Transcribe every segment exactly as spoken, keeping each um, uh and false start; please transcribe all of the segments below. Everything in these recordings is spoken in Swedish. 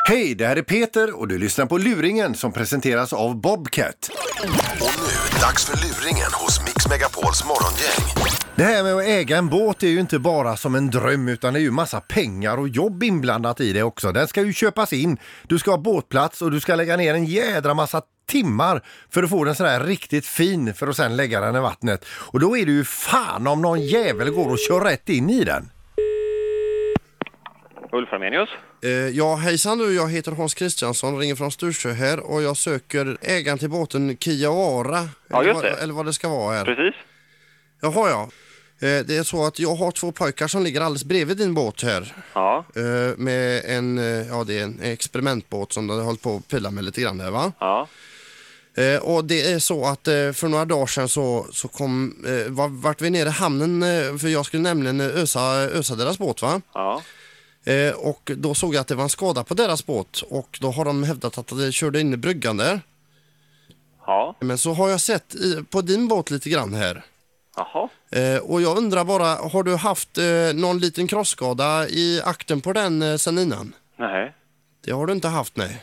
Hej, det här är Peter och du lyssnar på Luringen som presenteras av Bobcat. Och nu, dags för Luringen hos Mix Megapols morgongäng. Det här med att äga en båt är ju inte bara som en dröm utan det är ju massa pengar och jobb inblandat i det också. Den ska ju köpas in, du ska ha båtplats och du ska lägga ner en jädra massa timmar för att få den sådär riktigt fin för att sen lägga den i vattnet. Och då är det ju fan om någon jävel går och kör rätt in i den. Ulf Armenius. Eh, ja, hejsan du. Jag heter Hans Kristiansson, ringer från Styrsö här och jag söker ägaren till båten Kiawara. Ja, just det. Eller, vad, eller vad det ska vara här. Precis. Jaha, ja. Eh, det är så att jag har två pojkar som ligger alldeles bredvid din båt här. Ja. Eh, med en, eh, ja det är en experimentbåt som de har hållit på att pilla med lite grann där, va? Ja. Eh, och det är så att eh, för några dagar sedan så, så kom, eh, var, vart vi nere i hamnen eh, för jag skulle nämligen ösa, ösa deras båt, va? Ja. Eh, och då såg jag att det var en skada på deras båt och då har de hävdat att det körde in i bryggan där. Ja. Men så har jag sett i, på din båt lite grann här. Jaha. Eh, och jag undrar bara, har du haft eh, någon liten krossskada i akten på den eh, sen innan? Nej. Det har du inte haft, nej.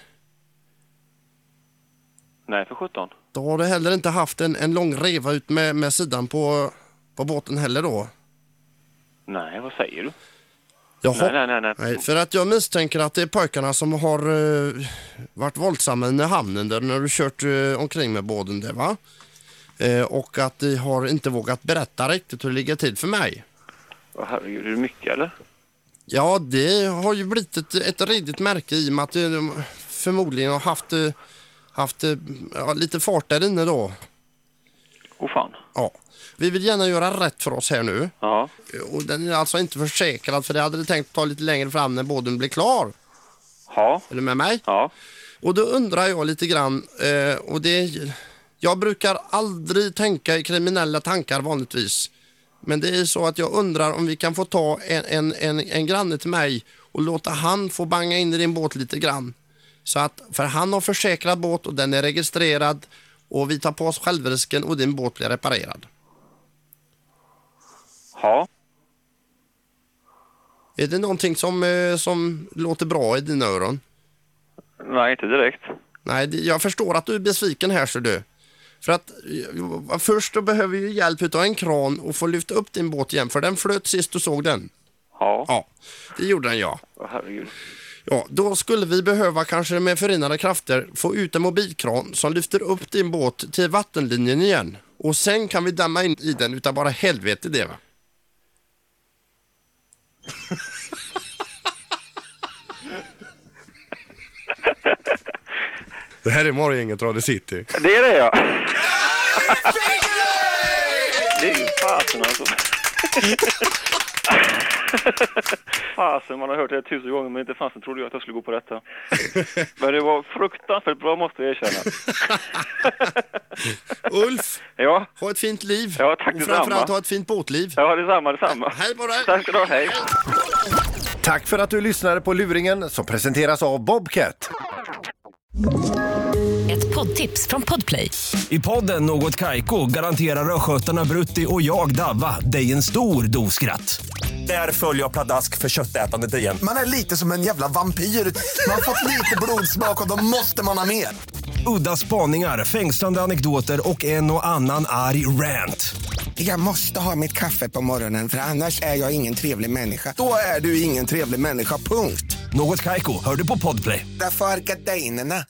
Nej, för sjutton. Då har du heller inte haft en, en lång reva ut med, med sidan på, på båten heller då? Nej, vad säger du? Jaha. Nej, nej, nej, nej. Nej, för att jag misstänker att det är pojkarna som har uh, varit våldsamma i hamnen där när du kört uh, omkring med båden där, va? Uh, och att de har inte vågat berätta riktigt hur det ligger till för mig. Åh, herregud, är det mycket eller? Ja, det har ju blivit ett, ett redigt märke i och med att de förmodligen har haft, uh, haft uh, ja, lite fart där inne då. Åh fan. Ja. Vi vill gärna göra rätt för oss här nu. Ja. Och den är alltså inte försäkrad för det hade det tänkt ta lite längre fram när båden blir klar. Ja. Är du med mig? Ja. Och då undrar jag lite grann, eh, och det, jag brukar aldrig tänka i kriminella tankar vanligtvis. Men det är så att jag undrar om vi kan få ta en, en, en, en granne till mig och låta han få banga in i din båt lite grann. Så att, för han har försäkrad båt och den är registrerad och vi tar på oss självrisken och din båt blir reparerad. Ja. Är det någonting som, eh, som låter bra i dina öron? Nej, inte direkt. Nej, det, jag förstår att du är besviken här, så du. För att eh, först då behöver vi hjälp av en kran och få lyfta upp din båt igen. För den flöt sist du såg den. Ja. Ja, det gjorde den, ja. Åh, herregud. Ja, då skulle vi behöva kanske med förenade krafter få ut en mobilkran som lyfter upp din båt till vattenlinjen igen. Och sen kan vi damma in i den utan bara helvete det, va? Det här är morgongänget Radio City. Det är det, ja. Det är ju fasen alltså. Fasen, man har hört det tusen gånger men inte fasen trodde jag att jag skulle gå på detta. Men det var fruktansvärt bra, måste jag erkänna. Ulf, Ja. ha ett fint liv. Ja, tack och detsamma. framförallt ha ett fint båtliv. Ja, detsamma, detsamma. Hej på dig. Tack ska du ha, hej. Tack för att du lyssnade på Luringen som presenteras av Bobcat. Ett poddtips från Podplay. I podden Något Kaiko garanterar röskötarna Brutti och jag Davva dig en stor doskratt. Där följer jag pladask för köttätandet igen. Man är lite som en jävla vampyr. Man har fått lite blodsmak och då måste man ha mer. Udda spaningar, fängslande anekdoter och en och annan arg rant. Jag måste ha mitt kaffe på morgonen för annars är jag ingen trevlig människa. Då är du ingen trevlig människa, punkt. Något Kaiko, hör du på Podplay. Därför är gardinerna.